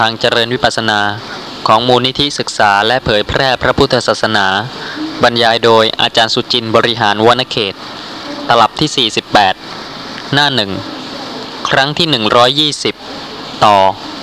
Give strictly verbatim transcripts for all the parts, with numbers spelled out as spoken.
ทางเจริญวิปัสสนาของมูลนิธิศึกษาและเผยแพร่พระพุทธศาสนาบรรยายโดยอาจารย์สุจินต์บริหารวรรณเขตตลับที่สี่สิบแปดหน้าหนึ่งครั้งที่หนึ่งร้อยยี่สิบต่อ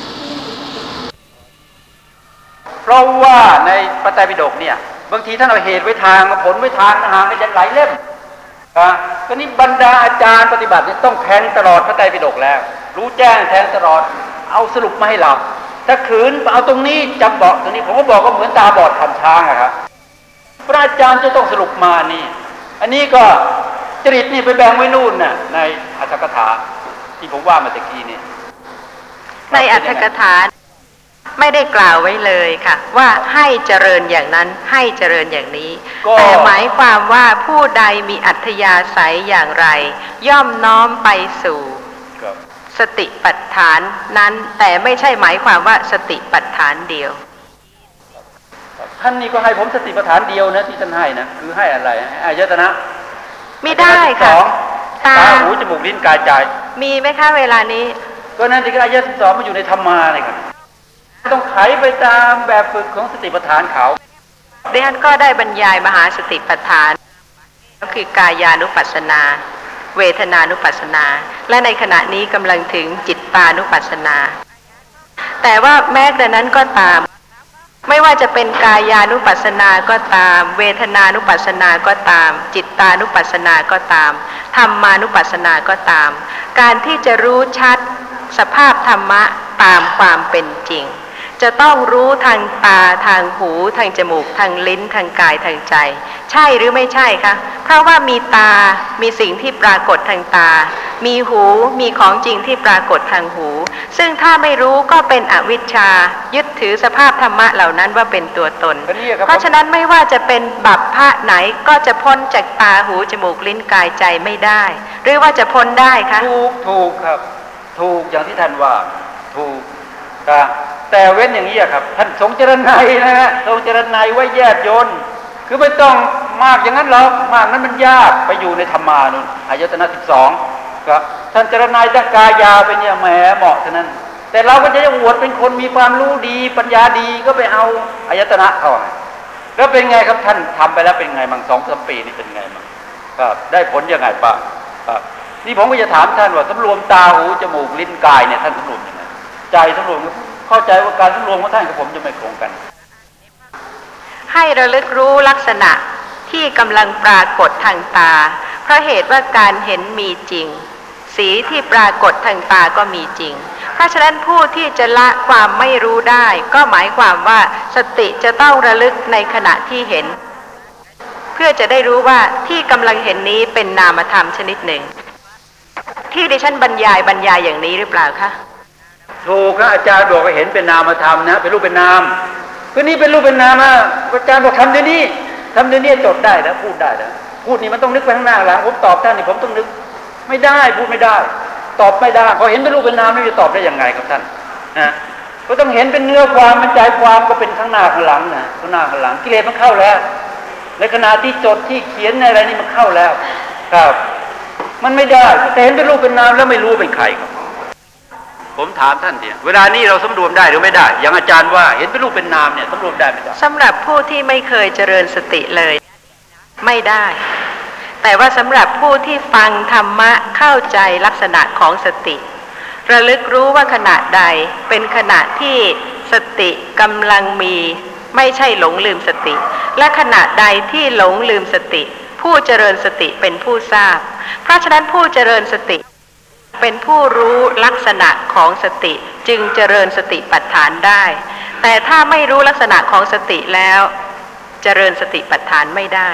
เพราะว่าในพระไตรปิฎกเนี่ยบางทีท่านเอาเหตุไว้ทางผลไว้ทางทหารกันยันหลายเล่มอ่ะก็นี้บรรดาอาจารย์ปฏิบัติเนี่ยต้องแทงตลอดพระไตรปิฎกแล้วรู้แจ้งแทงตลอดเอาสรุปมาให้เราถ้าขืนเอาตรงนี้จับเบาะตรงนี้ผมก็บอกก็เหมือนตาบอดขันช้างอะครับพระอาจารย์จะต้องสรุปมานี่อันนี้ก็จริตนี่ไปแบ่งไว้นู่นน่ะในอัตถกถาที่ผมว่ามาตะกี้นี่ในอัตถกถาไม่ได้กล่าวไว้เลยค่ะว่าให้เจริญอย่างนั้นให้เจริญอย่างนี้แต่หมายความว่าผู้ใดมีอัธยาศัยอย่างไรย่อมน้อมไปสู่สติปัฏฐานนั้นแต่ไม่ใช่หมายความว่าสติปัฏฐานเดียวท่านนี่ก็ให้ผมสติปัฏฐานเดียวนะที่ท่านให้นะคือให้อะไรให้อายตนะไม่ได้ค่ะตาหูจมูกลิ้นกายใจมีไหมคะเวลานี้ก็นั่นที่อายตนะสิบสองมันอยู่ในธรรมาเลยครับต้องไขไปตามแบบฝึกของสติปัฏฐานเขาดิฉันก็ได้บรรยายมหาสติปัฏฐานก็คือกายานุปัสสนาเวทนานุปัสสนาและในขณะนี้กำลังถึงจิตตานุปัสสนาแต่ว่าแม้แต่นั้นก็ตามไม่ว่าจะเป็นกายานุปัสสนาก็ตามเวทนานุปัสสนาก็ตามจิตตานุปัสสนาก็ตามธรรมานุปัสสนาก็ตามการที่จะรู้ชัดสภาพธรรมะตามความเป็นจริงจะต้องรู้ทางตาทางหูทางจมูกทางลิ้นทางกายทางใจใช่หรือไม่ใช่คะเพราะว่ามีตามีสิ่งที่ปรากฏทางตามีหูมีของจริงที่ปรากฏทางหูซึ่งถ้าไม่รู้ก็เป็นอวิชชายึดถือสภาพธรรมะเหล่านั้นว่าเป็นตัวตนเพราะฉะนั้นไม่ว่าจะเป็นบัพพะไหนก็จะพ้นจากตาหูจมูกลิ้นกายใจไม่ได้หรือว่าจะพ้นได้คะถูกถูกครับถูกอย่างที่ท่านว่าถูกครับแต่เว้นอย่างนี้ครับท่านทรงเจรไนนะฮะทรงเจรไนไว้แยกโยนคือไม่ต้องมากอย่างนั้นหรอกมากนั้นมันยากไปอยู่ในธรรมานุนอายตนะสิบสองครับท่านเจรไนจะกายาเป็นเนี่ยแหมเหมาะเท่านั้นแต่เราก็จะอวดเป็นคนมีความรู้ดีปัญญาดีก็ไปเอาอายตนะเข้าแล้วเป็นไงครับท่านทำไปแล้วเป็นไงมั่งสองสามปีนี่เป็นไงมั่งครับได้ผลยังไงบ้างครับนี่ผมก็จะถามท่านว่าสำรวมตาหูจมูกลิ้นกายเนี่ยท่านสำรวมยังไงใจสำรวมเข้าใจว่าการสำรวมของท่านกับผมจะไม่ตรงกันให้ระลึกรู้ลักษณะที่กำลังปรากฏทางตาเพราะเหตุว่าการเห็นมีจริงสีที่ปรากฏทางตาก็มีจริงเพราะฉะนั้นผู้ที่จะละความไม่รู้ได้ก็หมายความว่าสติจะต้องระลึกในขณะที่เห็นเพื่อจะได้รู้ว่าที่กำลังเห็นนี้เป็นนามธรรมชนิดหนึ่งที่ดิฉันบรรยายบรรยายอย่างนี้หรือเปล่าคะถูกครับอาจารย์บอกว่าเห็นเป็นนามธรรมนะเป็นรูปเป็นนามก็นี่เป็นรูปเป็นนามนะอาจารย์บอกทำเดี๋ยวนี้ทำเดี๋ยวนี้จดได้แล้วพูดได้แล้วพูดนี่มันต้องนึกไปข้างหน้าหลังผมตอบท่านนี่ผมต้องนึกไม่ได้พูดไม่ได้ตอบไม่ได้พอเห็นเป็นรูปเป็นนามนี่จะตอบได้ยังไงครับท่านนะก็ต้องเห็นเป็นเนื้อความเป็นใจความก็เป็นข้างหน้าข้างหลังนะข้างหน้าข้างหลังกิเลสมันเข้าแล้วในขณะที่จดที่เขียนในอะไรนี่มันเข้าแล้วครับมันไม่ได้แต่เห็นเป็นรูปเป็นนามแล้วไม่รู้เป็นใครครับผมถามท่านเดียวเวลานี้เราสำรวมได้หรือไม่ได้อย่างอาจารย์ว่าเห็นเป็นรูปเป็นนามเนี่ยสำรวมได้ไม่ได้สำหรับผู้ที่ไม่เคยเจริญสติเลยไม่ได้แต่ว่าสำหรับผู้ที่ฟังธรรมะเข้าใจลักษณะของสติระลึกรู้ว่าขณะใดเป็นขณะที่สติกำลังมีไม่ใช่หลงลืมสติและขณะใดที่หลงลืมสติผู้เจริญสติเป็นผู้ทราบเพราะฉะนั้นผู้เจริญสติเป็นผู้รู้ลักษณะของสติจึงเจริญสติปัฏฐานได้แต่ถ้าไม่รู้ลักษณะของสติแล้วเจริญสติปัฏฐานไม่ได้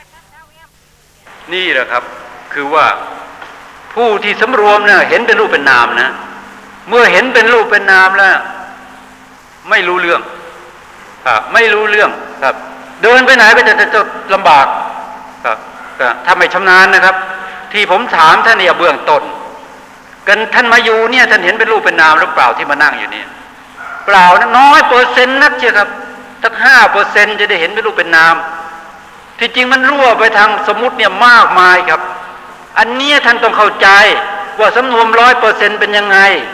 นี่แหละครับคือว่าผู้ที่สำรวมเนี่ยเห็นเป็นรูปเป็นนามนะเมื่อเห็นเป็นรูปเป็นนามแล้วไม่รู้เรื่องครับไม่รู้เรื่องครับเดินไปไหนก็จะจะลำบากครับถ้าไม่ชำนาญนะครับที่ผมถามท่านเนี่ยเบื้องต้นกันท่านมาอยู่เนี่ยท่านเห็นเป็นรูปเป็นนามหรือเปล่าที่มานั่งอยู่เนี่ยเปล่านะน้อยเปอร์เซ็นต์นักเชียวครับสักห้าเปอร์เซ็นต์จะได้เห็นเป็นรูปเป็นนามที่จริงมันรั่วไปทางสมมุติเนี่ยมากมายครับอันนี้ท่านต้องเข้าใจว่าสำรวมร้อยเปอร์เซ็นต์เป็นยังไงส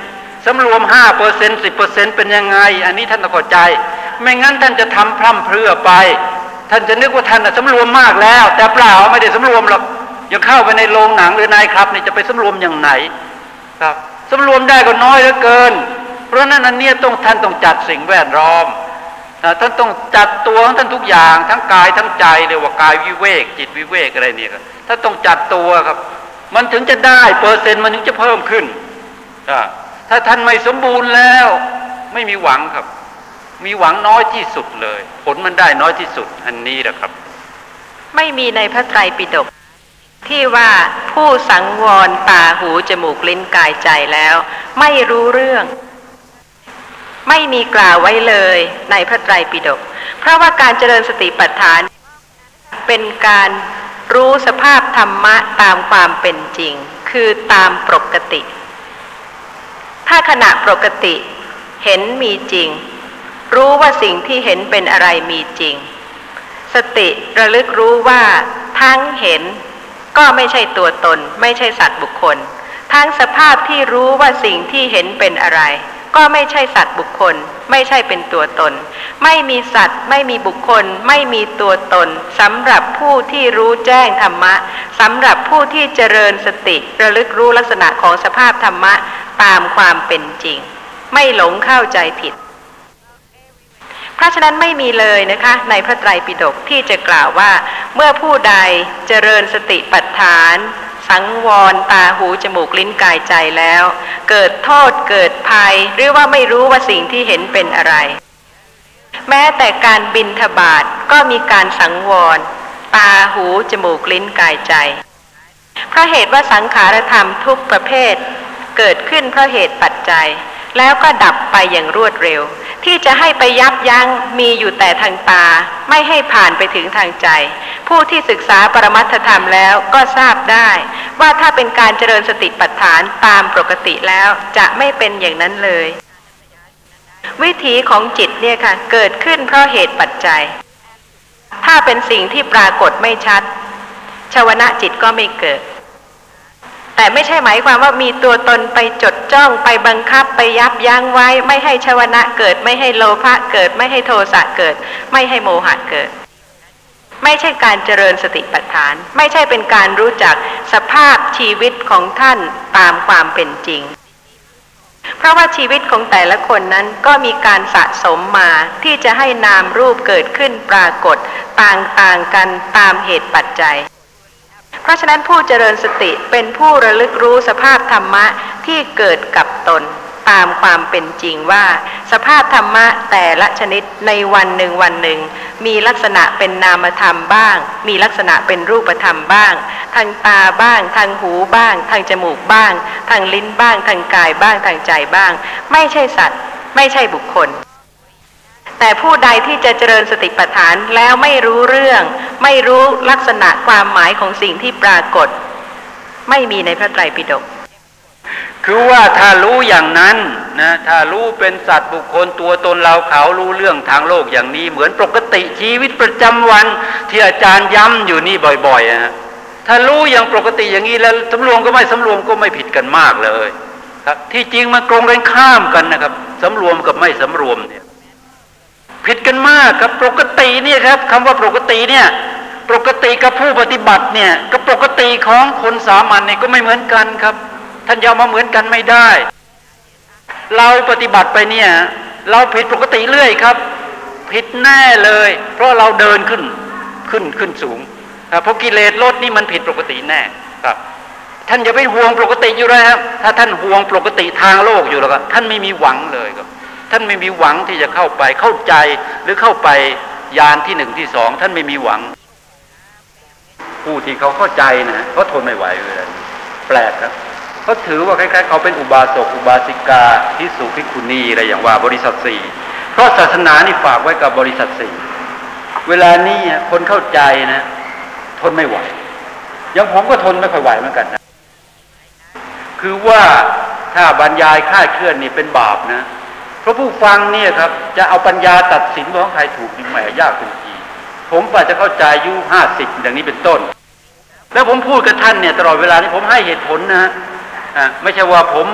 สำรวมห้าเปอร์เซ็นต์สิบเปอร์เซ็นต์เป็นยังไงอันนี้ท่านต้องเข้าใจไม่งั้นท่านจะทำพร่ำเพรื่อไปท่านจะนึกว่าท่านสำรวมมากแล้วแต่เปล่าไม่ได้สำรวมหรอกยังเข้าไปในโรงหนังหรือนายครับนี่จะไปสำรวมอย่างไหนครับสำรวมได้ก็น้อยเหลือเกินเพราะนั้นอันนี้ต้องท่านต้องจัดสิ่งแวดล้อมท่านต้องจัดตัวของท่านทุกอย่างทั้งกายทั้งใจเรียกว่ากายวิเวกจิตวิเวกอะไรเนี่ยครับท่านต้องจัดตัวครับมันถึงจะได้เปอร์เซ็นต์มันถึงจะเพิ่มขึ้นถ้าท่านไม่สมบูรณ์แล้วไม่มีหวังครับมีหวังน้อยที่สุดเลยผลมันได้น้อยที่สุดอันนี้แหละครับไม่มีในพระไตรปิฎกที่ว่าผู้สังวรตาหูจมูกลิ้นกายใจแล้วไม่รู้เรื่องไม่มีกล่าวไว้เลยในพระไตรปิฎกเพราะว่าการเจริญสติปัฏฐานเป็นการรู้สภาพธรรมะตามความเป็นจริงคือตามปกติถ้าขณะปกติเห็นมีจริงรู้ว่าสิ่งที่เห็นเป็นอะไรมีจริงสติระลึกรู้ว่าทั้งเห็นก็ไม่ใช่ตัวตนไม่ใช่สัตว์บุคคลทั้งสภาพที่รู้ว่าสิ่งที่เห็นเป็นอะไรก็ไม่ใช่สัตว์บุคคลไม่ใช่เป็นตัวตนไม่มีสัตว์ไม่มีบุคคลไม่มีตัวตนสำหรับผู้ที่รู้แจ้งธรรมะสำหรับผู้ที่เจริญสติระลึกรู้ลักษณะของสภาพธรรมะตามความเป็นจริงไม่หลงเข้าใจผิดเพราะฉะนั้นไม่มีเลยนะคะในพระไตรปิฎกที่จะกล่าวว่าเมื่อผู้ใดเจริญสติปัฏฐานสังวรตาหูจมูกลิ้นกายใจแล้วเกิดโทษเกิดภัยหรือว่าไม่รู้ว่าสิ่งที่เห็นเป็นอะไรแม้แต่การบิณฑบาตก็มีการสังวรตาหูจมูกลิ้นกายใจเพราะเหตุว่าสังขารธรรมทุกประเภทเกิดขึ้นเพราะเหตุปัจจัยแล้วก็ดับไปอย่างรวดเร็วที่จะให้ไปยับยั้งมีอยู่แต่ทางตาไม่ให้ผ่านไปถึงทางใจผู้ที่ศึกษาปรมัตถธรรมแล้วก็ทราบได้ว่าถ้าเป็นการเจริญสติปัฏฐานตามปกติแล้วจะไม่เป็นอย่างนั้นเลยวิถีของจิตเนี่ยค่ะเกิดขึ้นเพราะเหตุปัจจัยถ้าเป็นสิ่งที่ปรากฏไม่ชัดชวนะจิตก็ไม่เกิดแต่ไม่ใช่หมายความว่ามีตัวตนไปจดจ้องไปบังคับไปยับยั้งไว้ไม่ให้ชวนะเกิดไม่ให้โลภะเกิดไม่ให้โทสะเกิดไม่ให้โมหะเกิดไม่ใช่การเจริญสติปัฏฐานไม่ใช่เป็นการรู้จักสภาพชีวิตของท่านตามความเป็นจริงเพราะว่าชีวิตของแต่ละคนนั้นก็มีการสะสมมาที่จะให้นามรูปเกิดขึ้นปรากฏต่างๆกันตามเหตุปัจจัยเพราะฉะนั้นผู้เจริญสติเป็นผู้ระลึกรู้สภาพธรรมะที่เกิดกับตนตามความเป็นจริงว่าสภาพธรรมะแต่ละชนิดในวันหนึ่งวันหนึ่งมีลักษณะเป็นนามธรรมบ้างมีลักษณะเป็นรูปธรรมบ้างทางตาบ้างทางหูบ้างทางจมูกบ้างทางลิ้นบ้างทางกายบ้างทางใจบ้างไม่ใช่สัตว์ไม่ใช่บุคคลแต่ผู้ใดที่จะเจริญสติปัฏฐานแล้วไม่รู้เรื่องไม่รู้ลักษณะความหมายของสิ่งที่ปรากฏไม่มีในพระไตรปิฎกคือว่าถ้ารู้อย่างนั้นนะถ้ารู้เป็นสัตว์บุคคลตัวตนเราเขารู้เรื่องทางโลกอย่างนี้เหมือนปกติชีวิตประจำวันที่อาจารย์ย้ำอยู่นี่บ่อยๆนะถ้ารู้อย่างปกติอย่างนี้แล้วสำรวมก็ไม่สำรวมก็ไม่ผิดกันมากเลยครับที่จริงมันตรงกันข้ามกันนะครับสำรวมกับไม่สำรวมเนี่ยผิดกันมากครับปกติเนี่ยครับคำว่าปกติเนี่ยปกติกับผู้ปฏิบัติเนี่ยกับปกติของคนสามัญเนี่ยก็ไม่เหมือนกันครับท่านยอมมาเหมือนกันไม่ได้เราปฏิบัติไปเนี่ยเราผิดปกติเรื่อยครับผิดแน่เลยเพราะเราเดินขึ้นขึ้นขึ้นสูงครับเพราะกิเลสลดนี่มันผิดปกติแน่ครับท่านอย่าไปห่วงปกติอยู่แล้วครับถ้าท่านห่วงปกติทางโลกอยู่แล้วก็ท่านไม่มีหวังเลยครับท่านไม่มีหวังที่จะเข้าไปเข้าใจหรือเข้าไปญาณที่หนึ่งที่สองท่านไม่มีหวังผู้ที่เขาเข้าใจนะเขาทนไม่ไหวเลยแปลกครับเขาถือว่าคล้ายๆเขาเป็นอุบาสกอุบาสิกาภิกษุภิกขุณีอะไรอย่างว่าบริษัทสี่เพราะศาสนานี่ฝากไว้กับบริษัทสี่เวลานี้คนเข้าใจนะทนไม่ไหวอย่างผมก็ทนไม่ค่อยไหวเหมือนกันนะคือว่าถ้าบรรยายคลาดเคลื่อนนี่เป็นบาปนะเพราะผู้ฟังเนี่ยครับจะเอาปัญญาตัดสินว่าใครถูกหรือไม่ยากจริงๆผมป่าจะเข้าใจอายุห้าสิบอย่างนี้เป็นต้นแล้วผมพูดกับท่านเนี่ยตลอดเวลานี้ผมให้เหตุผลนะอ่าไม่ใช่ว่าผม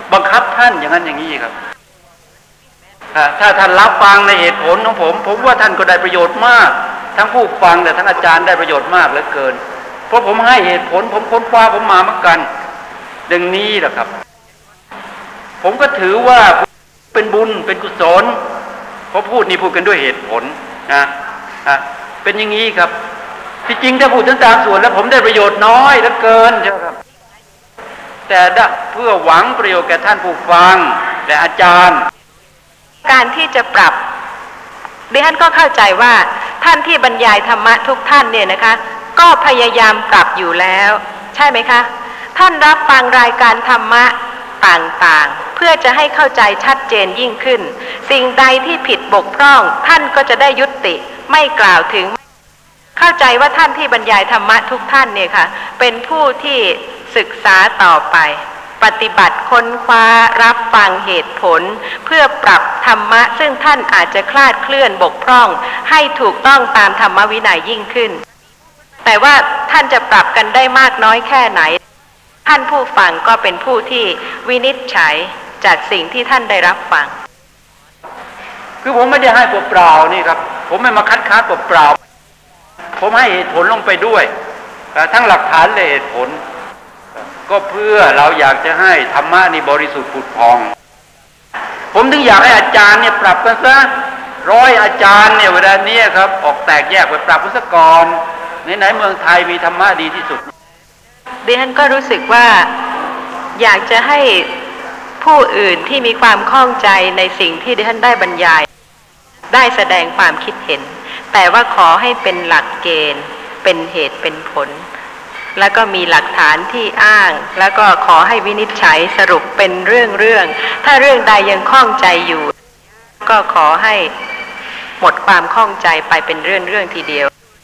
บังคับท่านอย่างนั้นอย่างนี้ครับถ้าท่านรับฟังในเหตุผลของผมผมว่าท่านก็ได้ประโยชน์มากทั้งผู้ฟังแต่ทั้งอาจารย์ได้ประโยชน์มากเหลือเกินเพราะผมให้เหตุผลผมค้นคว้าผมมาเหมือนกันดังนี้แหละครับผมก็ถือว่าเป็นบุญเป็นกุศลเพราะพูดนี่พูดกันด้วยเหตุผลนะอ่ะเป็นอย่างนี้ครับที่จริงถ้าพูดถึงตามส่วนแล้วผมได้ประโยชน์น้อยเหลือเกินใช่ไหมครับแต่เพื่อหวังประโยชน์แก่ท่านผู้ฟังและอาจารย์การที่จะปรับดิฉันก็เข้าใจว่าท่านที่บรรยายธรรมะทุกท่านเนี่ยนะคะก็พยายามปรับอยู่แล้วใช่ไหมคะท่านรับฟังรายการธรรมะต่างๆเพื่อจะให้เข้าใจชัดเจนยิ่งขึ้นสิ่งใดที่ผิดบกพร่องท่านก็จะได้ยุติไม่กล่าวถึงเข้าใจว่าท่านที่บรรยายธรรมะทุกท่านเนี่ยค่ะเป็นผู้ที่ศึกษาต่อไปปฏิบัติค้นคว้ารับฟังเหตุผลเพื่อปรับธรรมะซึ่งท่านอาจจะคลาดเคลื่อนบกพร่องให้ถูกต้องตามธรรมวินัยยิ่งขึ้นแต่ว่าท่านจะปรับกันได้มากน้อยแค่ไหนท่านผู้ฟังก็เป็นผู้ที่วินิจฉัยจากสิ่งที่ท่านได้รับฟังคือผมไม่ได้ให้เปล่าๆนี่ครับผมไม่มาคัดค้านเปล่าๆผมให้เหตุผลลงไปด้วยทั้งหลักฐานและเหตุผลก็เพื่อเราอยากจะให้ธรรมะนี่บริสุทธิ์ผุดพองผมถึงอยากให้อาจารย์เนี่ยปรับกันซะร้อยอาจารย์เนี่ยเวลานี้ครับออกแตกแยกไปปรับพุทธกรไหนๆเมืองไทยมีธรรมะดีที่สุดดิฉันก็รู้สึกว่าอยากจะให้ผู้อื่นที่มีความข้องใจในสิ่งที่ดิฉันได้บรรยายได้แสดงความคิดเห็นแต่ว่าขอให้เป็นหลักเกณฑ์เป็นเหตุเป็นผลแล้วก็มีหลักฐานที่อ้างแล้วก็ขอให้วินิจฉัยสรุปเป็นเรื่องๆถ้าเรื่องใดยังข้องใจอยู่ก็ขอให้หมดความข้องใจไปเป็นเรื่องๆทีเดียว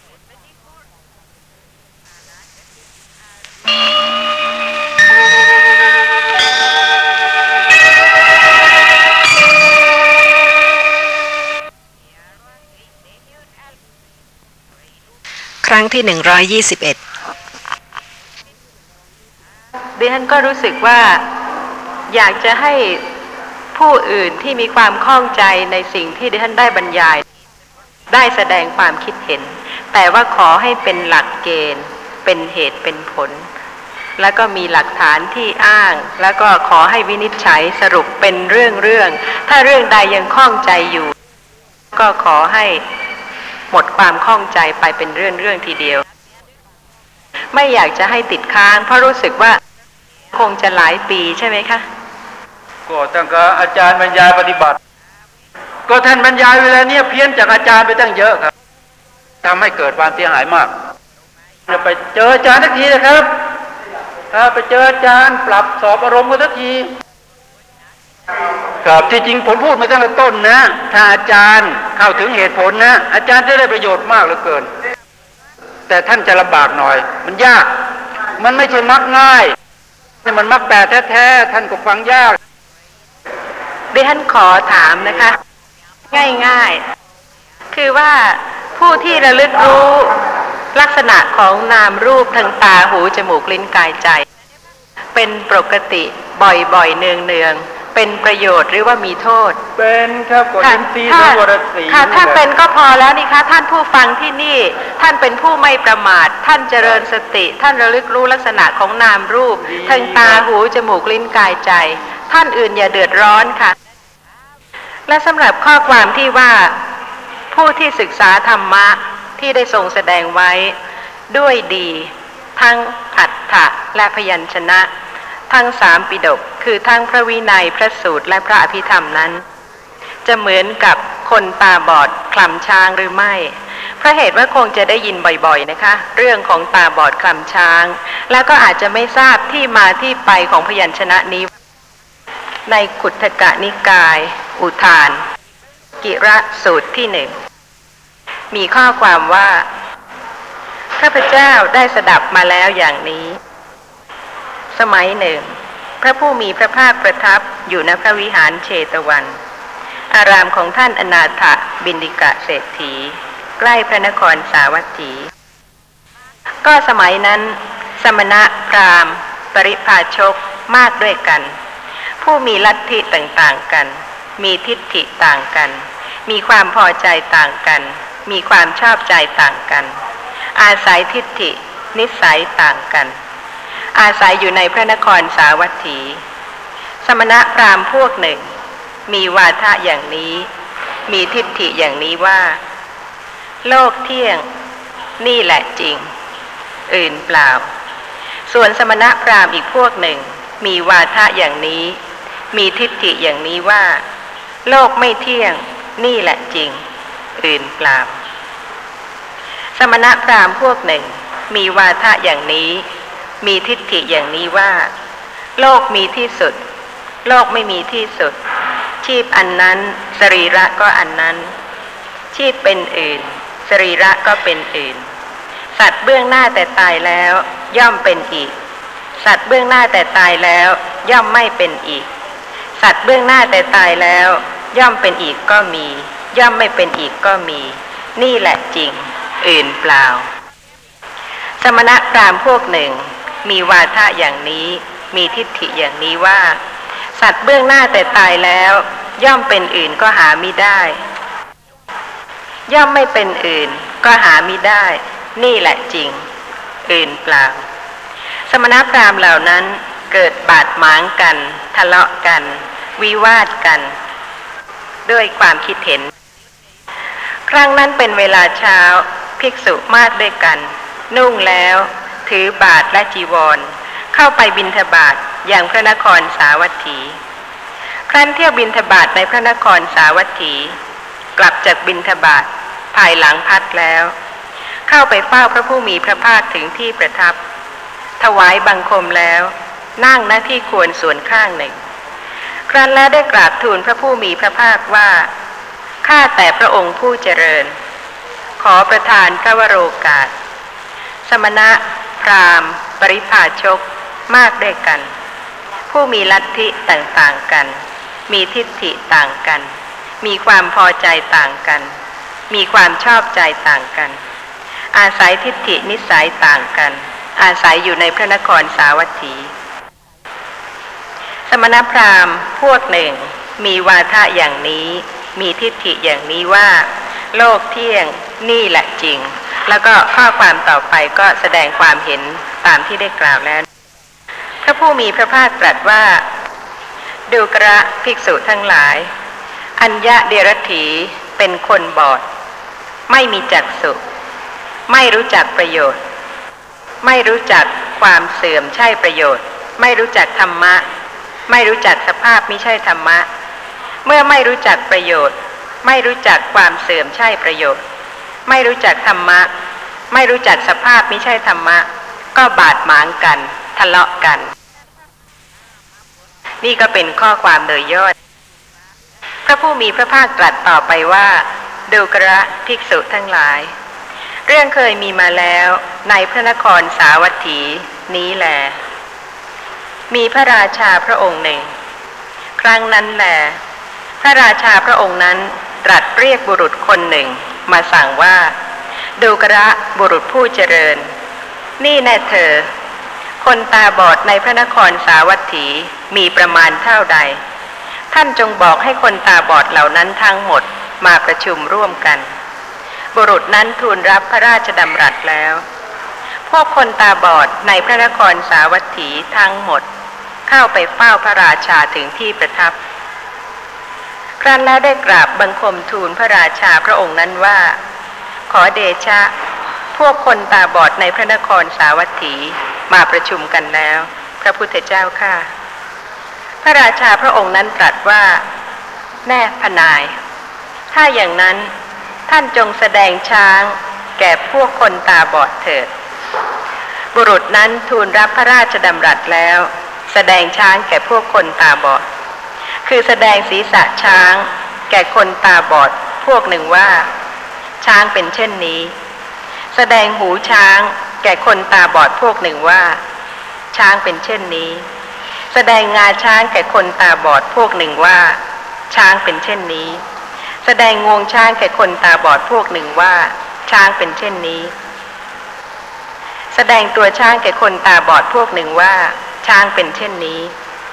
ครั้งที่หนึ่งร้อยยี่สิบเอ็ดดิฉันก็รู้สึกว่าอยากจะให้ผู้อื่นที่มีความข้องใจในสิ่งที่ดิฉันได้บรรยายได้แสดงความคิดเห็นแต่ว่าขอให้เป็นหลักเกณฑ์เป็นเหตุเป็นผลแล้วก็มีหลักฐานที่อ้างแล้วก็ขอให้วินิจฉัยสรุปเป็นเรื่องๆถ้าเรื่องใดยังข้องใจอยู่ก็ขอให้หมดความข้องใจไปเป็นเรื่องๆทีเดียวไม่อยากจะให้ติดค้างเพราะรู้สึกว่าคงจะหลายปีใช่ไหมคะก็ตั้งแต่อาจารย์บรรยายปฏิบัติก็ท่านบรรยายเวลาเนี้ยเพี้ยนจากอาจารย์ไปตั้งเยอะครับทำให้เกิดความเสียหายมากจะไปเจออาจารย์สักทีนะครับถ้าไปเจออาจารย์ปรับสอบอารมณ์กันสักทีครับที่จริงผมพูดมาตั้งแต่ต้นนะถ้าอาจารย์เข้าถึงเหตุผลนะอาจารย์จะได้ประโยชน์มากเหลือเกินแต่ท่านจะลำบากหน่อยมันยากมันไม่ใช่มักง่ายนี่มันมักแต่แท้ๆท่านก็ฟังยากดิฉันขอถามนะคะง่ายๆคือว่าผู้ที่ระลึกรู้ลักษณะของนามรูปทางตาหูจมูกลิ้นกายใจเป็นปกติบ่อยๆเนืองๆเป็นประโยชน์หรือว่ามีโทษเป็นครับกฎอินทรีย์ทั้งวรสีค่ะถ้าเป็นก็พอแล้วนี่คะท่านผู้ฟังที่นี่ท่านเป็นผู้ไม่ประมาทท่านเจริญสติท่านระลึกรู้ลักษณะของนามรูปทางตาหูจมูกลิ้นกายใจท่านอื่นอย่าเดือดร้อนค่ะและสำหรับข้อความที่ว่าผู้ที่ศึกษาธรรมะที่ได้ทรงแสดงไว้ด้วยดีทั้งอัฏฐะและพยัญชนะทั้งสามปิฎกคือทั้งพระวินัยพระสูตรและพระอภิธรรมนั้นจะเหมือนกับคนตาบอดคลำช้างหรือไม่เพราะเหตุว่าคงจะได้ยินบ่อยๆนะคะเรื่องของตาบอดคลำช้างแล้วก็อาจจะไม่ทราบที่มาที่ไปของพยัญชนะนี้ในขุททกนิกายอุทานกิระสูตรที่หนึ่งมีข้อความว่าข้าพเจ้าได้สดับมาแล้วอย่างนี้สมัยหนึ่งพระผู้มีพระภาคประทับอยู่ณพระวิหารเชตวันอารามของท่านอนาถบิณฑิกะเศรษฐีใกล้พระนครสาวัตถีก็สมัยนั้นสมณะพราหมณ์ปริพาชกมากด้วยกันพผู้มีลัทธิต่างๆกันมีทิฏฐิต่างกันมีความพอใจต่างกันมีความชอบใจต่างกันอาศัยทิฏฐินิสัยต่างกันอาศัยอยู่ในพระนครสาวัตถี สมณะพราหมณ์พวกหนึ่งมีวาทะอย่างนี้มีทิฏฐิอย่างนี้ว่าโลกเที่ยงนี่แหละจริงอื่นเปล่าส่วนสมณะพราหมณ์อีกพวกหนึ่งมีวาทะอย่างนี้มีทิฏฐิอย่างนี้ว่าโลกไม่เที่ยงนี่แหละจริงอื่นเปล่าสมณะพราหมณ์พวกหนึ่งมีวาทะอย่างนี้มีทิฏฐิอย่างนี้ว่าโลกมีที่สุดโลกไม่มีที่สุดชีพอันนั้นสรีระก็อันนั้นชีพเป็นอื่นสรีระก็เป็นอื่นสัตว์เบื้องหน้าแต่ตายแล้วย่อมเป็นอีกสัตว์เบื้องหน้าแต่ตายแล้วย่อมไม่เป็นอีกสัตว์เบื้องหน้าแต่ตายแล้วย่อมเป็นอีกก็มีย่อมไม่เป็นอีกก็มีนี่แหละจริงอื่นเปล่าสมณะพราหมณ์พวกหนึ่งมีวาทะอย่างนี้มีทิฏฐิอย่างนี้ว่าสัตว์เบื้องหน้าแต่ตายแล้วย่อมเป็นอื่นก็หามิได้ย่อมไม่เป็นอื่นก็หามิได้นี่แหละจริงอื่นเปล่าสมณพราหมณ์เหล่านั้นเกิดบาดหมางกันทะเลาะกันวิวาทกันด้วยความคิดเห็นครั้งนั้นเป็นเวลาเช้าภิกษุมากด้วยกันนุ่งแล้วถือบาตรและจีวรเข้าไปบิณฑบาตอย่างพระนครสาวัตถีครั้นเที่ยวบิณฑบาตในพระนครสาวัตถีกลับจากบิณฑบาตภายหลังพัดแล้วเข้าไปเฝ้าพระผู้มีพระภาคถึงที่ประทับถวายบังคมแล้วนั่งณที่ควรส่วนข้างหนึ่งครั้นแล้วได้กราบทูลพระผู้มีพระภาคว่าข้าแต่พระองค์ผู้เจริญขอประทานพระวโรกาสสมณะพราหมณ์ปริพาชกมากด้วยกันผู้มีลัทธิต่างๆกันมีทิฏฐิต่างกันมีความพอใจต่างกันมีความชอบใจต่างกันอาศัยทิฏฐินิสัยต่างกันอาศัยอยู่ในพระนครสาวัตถีสมณพราหมณ์พวกหนึ่งมีวาทะอย่างนี้มีทิฏฐิอย่างนี้ว่าโลกเที่ยงนี่แหละจริงแล้วก็ข้อความต่อไปก็แสดงความเห็นตามที่ได้กล่าวแล้วพระผู้มีพระภาคตรัสว่าดูกระภิกษุทั้งหลายอัญญะเดรัจฉีเป็นคนบอดไม่มีจักษุไม่รู้จักประโยชน์ไม่รู้จักความเสื่อมใช่ประโยชน์ไม่รู้จักธรรมะไม่รู้จักสภาพมิใช่ธรรมะเมื่อไม่รู้จักประโยชน์ไม่รู้จักความเสื่อมใช่ประโยชน์ไม่รู้จักธรรมะไม่รู้จักสภาพมิใช่ธรรมะก็บาดหมางกันทะเลาะกันนี่ก็เป็นข้อความโดยย่อพระผู้มีพระภาคตรัสต่อไปว่าดูกระภิกษุทั้งหลายเรื่องเคยมีมาแล้วในพระนครสาวัตถีนี้แลมีพระราชาพระองค์หนึ่งครั้งนั้นแลพระราชาพระองค์นั้นตรัสเรียกบุรุษคนหนึ่งมาสั่งว่าดูกระบุรุษผู้เจริญนี่แน่เธอคนตาบอดในพระนครสาวัตถีมีประมาณเท่าใดท่านจงบอกให้คนตาบอดเหล่านั้นทั้งหมดมาประชุมร่วมกันบุรุษนั้นทูลรับพระราชดำรัสแล้วพวกคนตาบอดในพระนครสาวัตถีทั้งหมดเข้าไปเฝ้าพระราชาถึงที่ประทับครั้นแล้วได้กราบบังคมทูลพระราชาพระองค์นั้นว่าขอเดชะพวกคนตาบอดในพระนครสาวัตถีมาประชุมกันแล้วพระพุทธเจ้าข้าพระราชาพระองค์นั้นตรัสว่าแน่พนายถ้าอย่างนั้นท่านจงแสดงช้างแก่พวกคนตาบอดเถิดบุรุษนั้นทูลรับพระราชดำรัสแล้วแสดงช้างแก่พวกคนตาบอดคือแสดงศีรษะช้างแก่คนตาบอดพวกหนึ่งว่าช้างเป็นเช่นนี้แสดงหูช้างแก่คนตาบอดพวกหนึ่งว่าช้างเป็นเช่นนี้แสดงงาช้างแก่คนตาบอดพวกหนึ่งว่าช้างเป็นเช่นนี้แสดงงวงช้างแก่คนตาบอดพวกหนึ่งว่าช้างเป็นเช่นนี้แสดงตัวช้างแก่คนตาบอดพวกหนึ่งว่าช้างเป็นเช่นนี้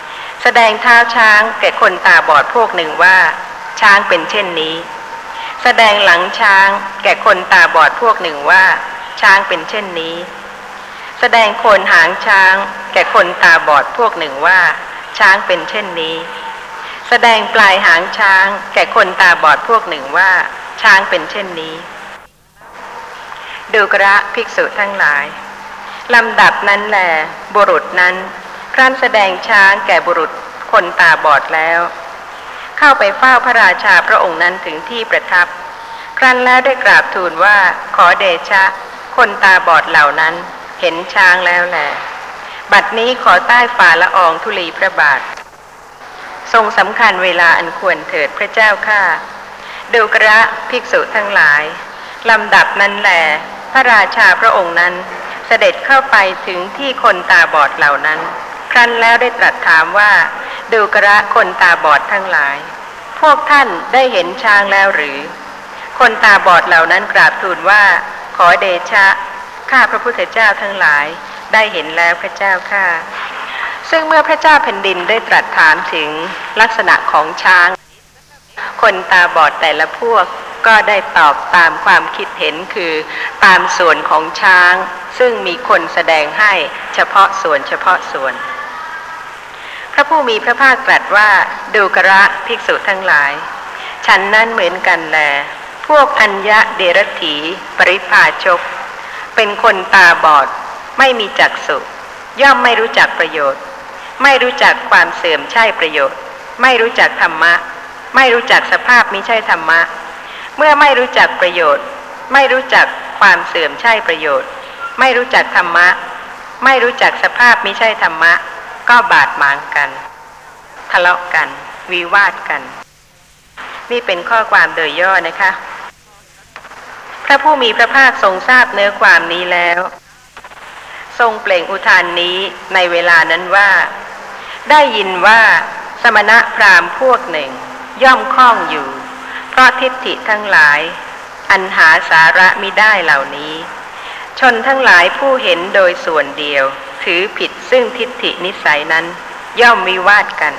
แสดงเท้าช้างแก่คนตาบอดพวกหนึ่งว่าช้างเป็นเช่นนี้แสดงหลังช้างแก่คนตาบอดพวกหนึ่งว่าช้างเป็นเช่นนี้แสดงโคนหางช้างแก่คนตาบอดพวกหนึ่งว่าช้างเป็นเช่นนี้แสดงปลายหางช้างแก่คนตาบอดพวกหนึ่งว่าช้างเป็นเช่นนี้ดูกระภิกษุทั้งหลายลำดับนั้นแลบุรุษนั้นครั้นแสดงช้างแก่บุรุษคนตาบอดแล้วเข้าไปเฝ้าพระราชาพระองค์นั้นถึงที่ประทับครั้นแล้วได้กราบทูลว่าขอเดชะคนตาบอดเหล่านั้นเห็นช้างแล้วแลบัดนี้ขอใต้ฝ่าละอองธุลีพระบาททรงสำคัญเวลาอันควรเถิดพระเจ้าข้าดูกระภิกษุทั้งหลายลำดับนั้นแลพระราชาพระองค์นั้นเสด็จเข้าไปถึงที่คนตาบอดเหล่านั้นครั้นแล้วได้ตรัสถามว่าดูกระคนตาบอดทั้งหลายพวกท่านได้เห็นช้างแล้วหรือคนตาบอดเหล่านั้นกราบทูลว่าขอเดชะข้าพระพุทธเจ้าทั้งหลายได้เห็นแล้วพระเจ้าข้าซึ่งเมื่อพระเจ้าแผ่นดินได้ตรัสถามถึงลักษณะของช้างคนตาบอดแต่ละพวกก็ได้ตอบตามความคิดเห็นคือตามส่วนของช้างซึ่งมีคนแสดงให้เฉพาะส่วนเฉพาะส่วนพระผู้มีพระภาคตรัสว่าดูกระภิกษุทั้งหลายฉันนั้นเหมือนกันแลพวกอัญญะเดรัจฉีปริพาชกเป็นคนตาบอดไม่มีจักษุย่อมไม่รู้จักประโยชน์ไม่รู้จักความเสื่อมใช่ประโยชน์ไม่รู้จักธรรมะไม่รู้จักสภาพมิใช่ธรรมะเมื่อไม่รู้จักประโยชน์ไม่รู้จักความเสื่อมใช่ประโยชน์ไม่รู้จักธรรมะไม่รู้จักสภาพมิใช่ธรรมะก็บาดหมางกันทะเลาะกันวิวาทกันนี่เป็นข้อความโดยย่อนะคะพระผู้มีพระภาคทรงทราบเนื้อความนี้แล้วทรงเปล่งอุทานนี้ในเวลานั้นว่าได้ยินว่าสมณะพราหมณ์พวกหนึ่งย่อมคล้องอยู่เพราะทิฏฐิทั้งหลายอันหาสาระมิได้เหล่านี้ชนทั้งหลายผู้เห็นโดยส่วนเดียวถือผิดซึ่งทิฏฐินิสัยนั้นย่อมวิวาทกัน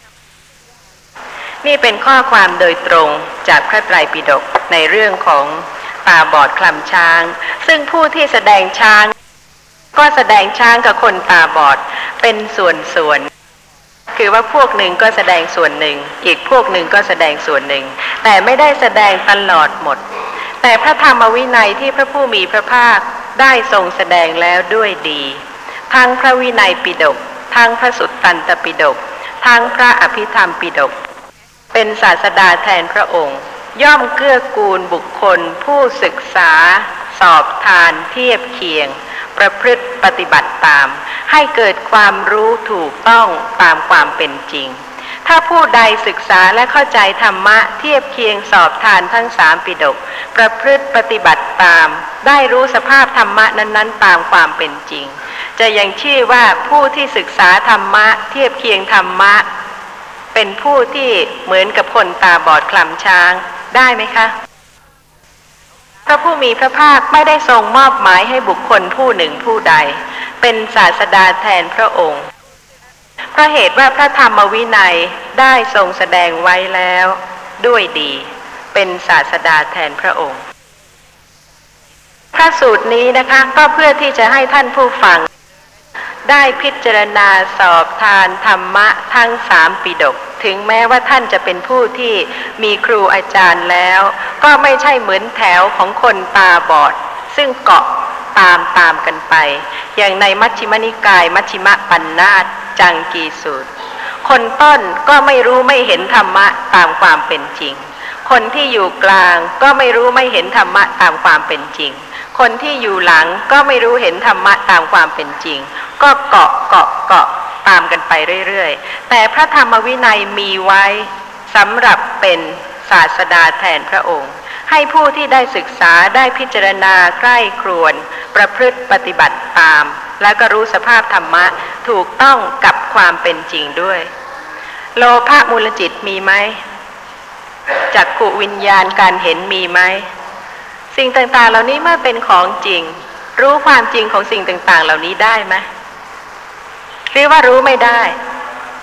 นี่เป็นข้อความโดยตรงจากพระไตรปิฎกในเรื่องของตาบอดคลำช้างซึ่งผู้ที่แสดงช้างก็แสดงช้างกับคนตาบอดเป็นส่วนๆคือว่าพวกหนึ่งก็แสดงส่วนหนึ่งอีกพวกหนึ่งก็แสดงส่วนหนึ่งแต่ไม่ได้แสดงตลอดหมดแต่พระธรรมวินัยที่พระผู้มีพระภาคได้ทรงแสดงแล้วด้วยดีทั้งพระวินัยปิฎกทั้งพระสุตตันตปิฎกทั้งพระอภิธรรมปิฎกเป็นศาสดาแทนพระองค์ย่อมเกื้อกูลบุคคลผู้ศึกษาสอบทานเทียบเคียงประพฤติปฏิบัติตามให้เกิดความรู้ถูกต้องตามความเป็นจริงถ้าผู้ใดศึกษาและเข้าใจธรรมะเทียบเคียงสอบทานทั้งสามปิฎกประพฤติปฏิบัติตามได้รู้สภาพธรรมะนั้นๆตามความเป็นจริงจะยังชื่อว่าผู้ที่ศึกษาธรรมะเทียบเคียงธรรมะเป็นผู้ที่เหมือนกับคนตาบอดคลำช้างได้ไหมคะพระผู้มีพระภาคไม่ได้ทรงมอบหมายให้บุคคลผู้หนึ่งผู้ใดเป็นศาสดาแทนพระองค์เพราะเหตุว่าพระธรรมวินัยได้ทรงแสดงไว้แล้วด้วยดีเป็นศาสดาแทนพระองค์พระสูตรนี้นะคะก็เพื่อที่จะให้ท่านผู้ฟังได้พิจารณาสอบทานธรรมะทั้งสามปิฎกถึงแม้ว่าท่านจะเป็นผู้ที่มีครูอาจารย์แล้วก็ไม่ใช่เหมือนแถวของคนตาบอดซึ่งเกาะตามตามกันไปอย่างในมัชฌิมนิกายมัชฌิมปัญนาตจังกีสูตรคนต้นก็ไม่รู้ไม่เห็นธรรมะตามความเป็นจริงคนที่อยู่กลางก็ไม่รู้ไม่เห็นธรรมะตามความเป็นจริงคนที่อยู่หลังก็ไม่รู้เห็นธรรมะตามความเป็นจริงก็เกาะเกาะเกาะตามกันไปเรื่อยๆแต่พระธรรมวินัยมีไว้สำหรับเป็นศาสดาแทนพระองค์ให้ผู้ที่ได้ศึกษาได้พิจารณาใคร่ครวญประพฤติปฏิบัติตามแล้วก็รู้สภาพธรรมะถูกต้องกับความเป็นจริงด้วยโลภะมูลจิตมีไหมจักขุวิญญาณการเห็นมีไหมสิ่งต่างๆเหล่านี้เมื่อเป็นของจริงรู้ความจริงของสิ่งต่างๆเหล่านี้ได้ไหมหรือว่ารู้ไม่ได้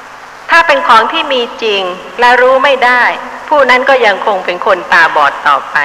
ถ้าเป็นของที่มีจริงและรู้ไม่ได้ผู้นั้นก็ยังคงเป็นคนตาบอดต่อไป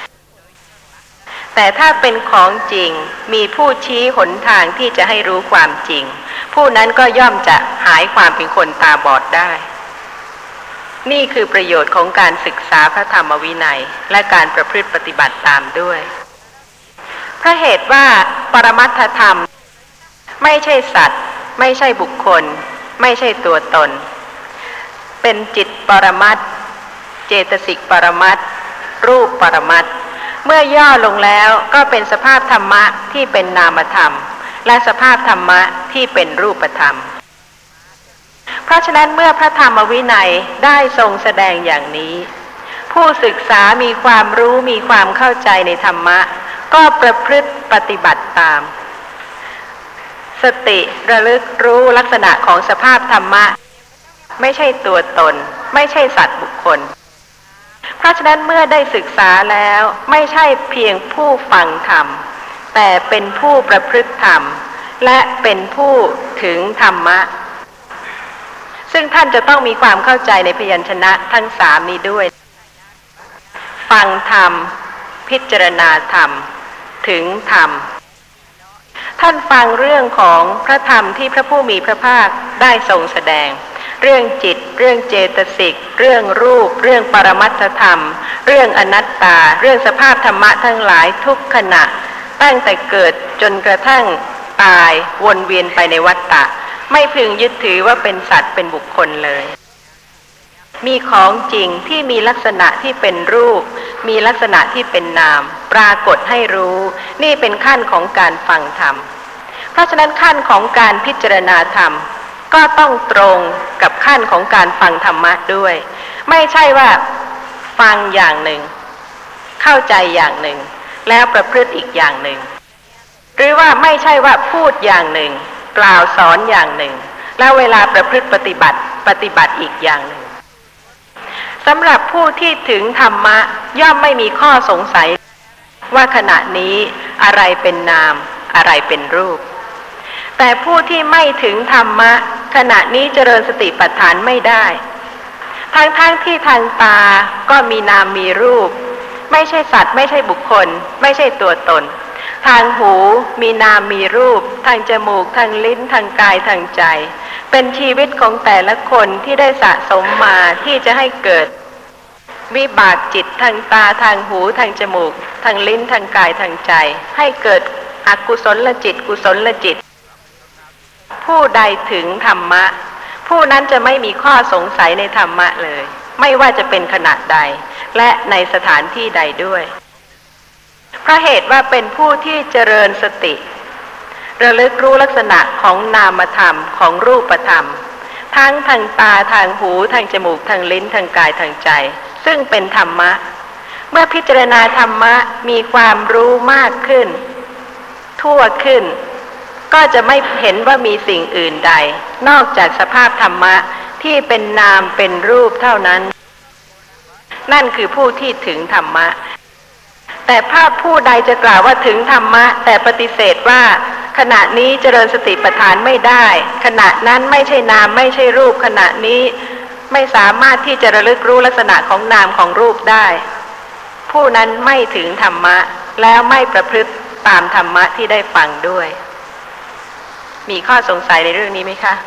แต่ถ้าเป็นของจริงมีผู้ชี้หนทางที่จะให้รู้ความจริงผู้นั้นก็ย่อมจะหายความเป็นคนตาบอดได้นี่คือประโยชน์ของการศึกษาพระธรรมวินัยและการประพฤติปฏิบัติตามด้วยเพราะเหตุว่าปรมัตถธรรมไม่ใช่สัตว์ไม่ใช่บุคคลไม่ใช่ตัวตนเป็นจิตปรมัตถ์เจตสิกปรมัตถ์รูปปรมัตถ์เมื่อย่อลงแล้วก็เป็นสภาพธรรมะที่เป็นนามธรรมและสภาพธรรมะที่เป็นรูปธรรมเพราะฉะนั้นเมื่อพระธรรมวินัยได้ทรงแสดงอย่างนี้ผู้ศึกษามีความรู้มีความเข้าใจในธรรมะก็ประพฤติปฏิบัติตามสติระลึกรู้ลักษณะของสภาพธรรมะไม่ใช่ตัวตนไม่ใช่สัตว์บุคคลเพราะฉะนั้นเมื่อได้ศึกษาแล้วไม่ใช่เพียงผู้ฟังธรรมแต่เป็นผู้ประพฤติธรรมและเป็นผู้ถึงธรรมะซึ่งท่านจะต้องมีความเข้าใจในพยัญชนะทั้งสามนี้ด้วยฟังธรรมพิจารณาธรรมถึงธรรมท่านฟังเรื่องของพระธรรมที่พระผู้มีพระภาคได้ทรงแสดงเรื่องจิตเรื่องเจตสิกเรื่องรูปเรื่องปรมัตถธรรมเรื่องอนัตตาเรื่องสภาพธรรมะทั้งหลายทุกขณะตั้งแต่เกิดจนกระทั่งตายวนเวียนไปในวัฏฏะไม่พึงยึดถือว่าเป็นสัตว์เป็นบุคคลเลยมีของจริงที่มีลักษณะที่เป็นรูปมีลักษณะที่เป็นนามปรากฏให้รู้นี่เป็นขั้นของการฟังธรรมเพราะฉะนั้นขั้นของการพิจารณาธรรมก็ต้องตรงกับขั้นของการฟังธรรมะด้วยไม่ใช่ว่าฟังอย่างหนึ่งเข้าใจอย่างหนึ่งแล้วประพฤติอีกอย่างหนึ่งหรือว่าไม่ใช่ว่าพูดอย่างหนึ่งกล่าวสอนอย่างหนึ่งแล้วเวลาประพฤติปฏิบัติปฏิบัติอีกอย่างหนึ่งสำหรับผู้ที่ถึงธรรมะย่อมไม่มีข้อสงสัยว่าขณะนี้อะไรเป็นนามอะไรเป็นรูปแต่ผู้ที่ไม่ถึงธรรมะขณะนี้เจริญสติปัฏฐานไม่ได้ทั้งๆ ท, ที่ทางตาก็มีนามมีรูปไม่ใช่สัตว์ไม่ใช่บุคคลไม่ใช่ตัวตนทางหูมีนามมีรูปทางจมูกทางลิ้นทางกายทางใจเป็นชีวิตของแต่ละคนที่ได้สะสมมาที่จะให้เกิดวิบากจิตทางตาทางหูทางจมูกทางลิ้นทางกายทางใจให้เกิดอกุศลจิตกุศลจิตผู้ใดถึงธรรมะผู้นั้นจะไม่มีข้อสงสัยในธรรมะเลยไม่ว่าจะเป็นขณะใดและในสถานที่ใดด้วยเพราะเหตุว่าเป็นผู้ที่เจริญสติระลึกรู้ลักษณะของนามธรรมของรูปธรรมทั้งทางตาทางหูทางจมูกทางลิ้นทางกายทางใจซึ่งเป็นธรรมะเมื่อพิจารณาธรรมะมีความรู้มากขึ้นทั่วขึ้นก็จะไม่เห็นว่ามีสิ่งอื่นใดนอกจากสภาพธรรมะที่เป็นนามเป็นรูปเท่านั้นนั่นคือผู้ที่ถึงธรรมะแต่ภาพผู้ใดจะกล่าวว่าถึงธรรมะแต่ปฏิเสธว่าขณะนี้เจริญสติปัฏฐานไม่ได้ขณะนั้นไม่ใช่นามไม่ใช่รูปขณะนี้ไม่สามารถที่จะระลึกรู้ลักษณะของนามของรูปได้ผู้นั้นไม่ถึงธรรมะแล้วไม่ประพฤติตามธรรมะที่ได้ฟังด้วยมีข้อสงสัยในเรื่องนี้ไหมคะ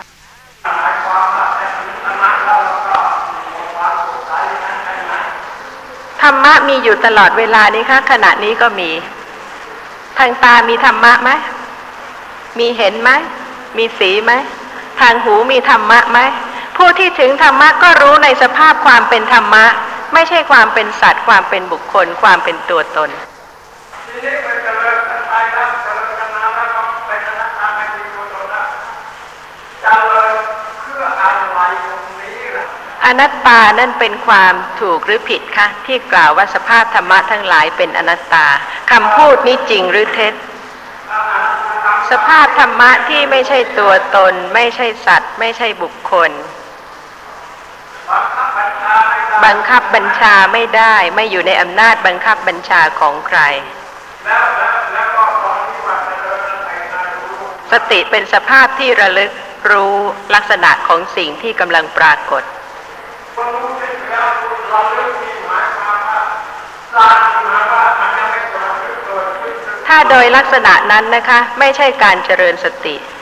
ธรรมะมีอยู่ตลอดเวลานี้คะขณะนี้ก็มีทางตามีธรรมะไหมมีเห็นไหมมีสีไหมทางหูมีธรรมะไหมผู้ที่ถึงธรรมะก็รู้ในสภาพความเป็นธรรมะไม่ใช่ความเป็นสัตว์ความเป็นบุคคลความเป็นตัวตนอนัตตานั่นเป็นความถูกหรือผิดคะที่กล่าวว่าสภาพธรรมะทั้งหลายเป็นอนัตตาคำพูดนี้จริงหรือเท็จสภาพธรรมะที่ไม่ใช่ตัวตนไม่ใช่สัตว์ไม่ใช่บุคคลบังคับบัญชาไม่ได้ไม่อยู่ในอำนาจบังคับบัญชาของใครสติเป็นสภาพที่ระลึกรู้ลักษณะของสิ่งที่กำลังปรากฏถ้าโดยลักษณะนั้นนะคะไม่ใช่การเจริญสติ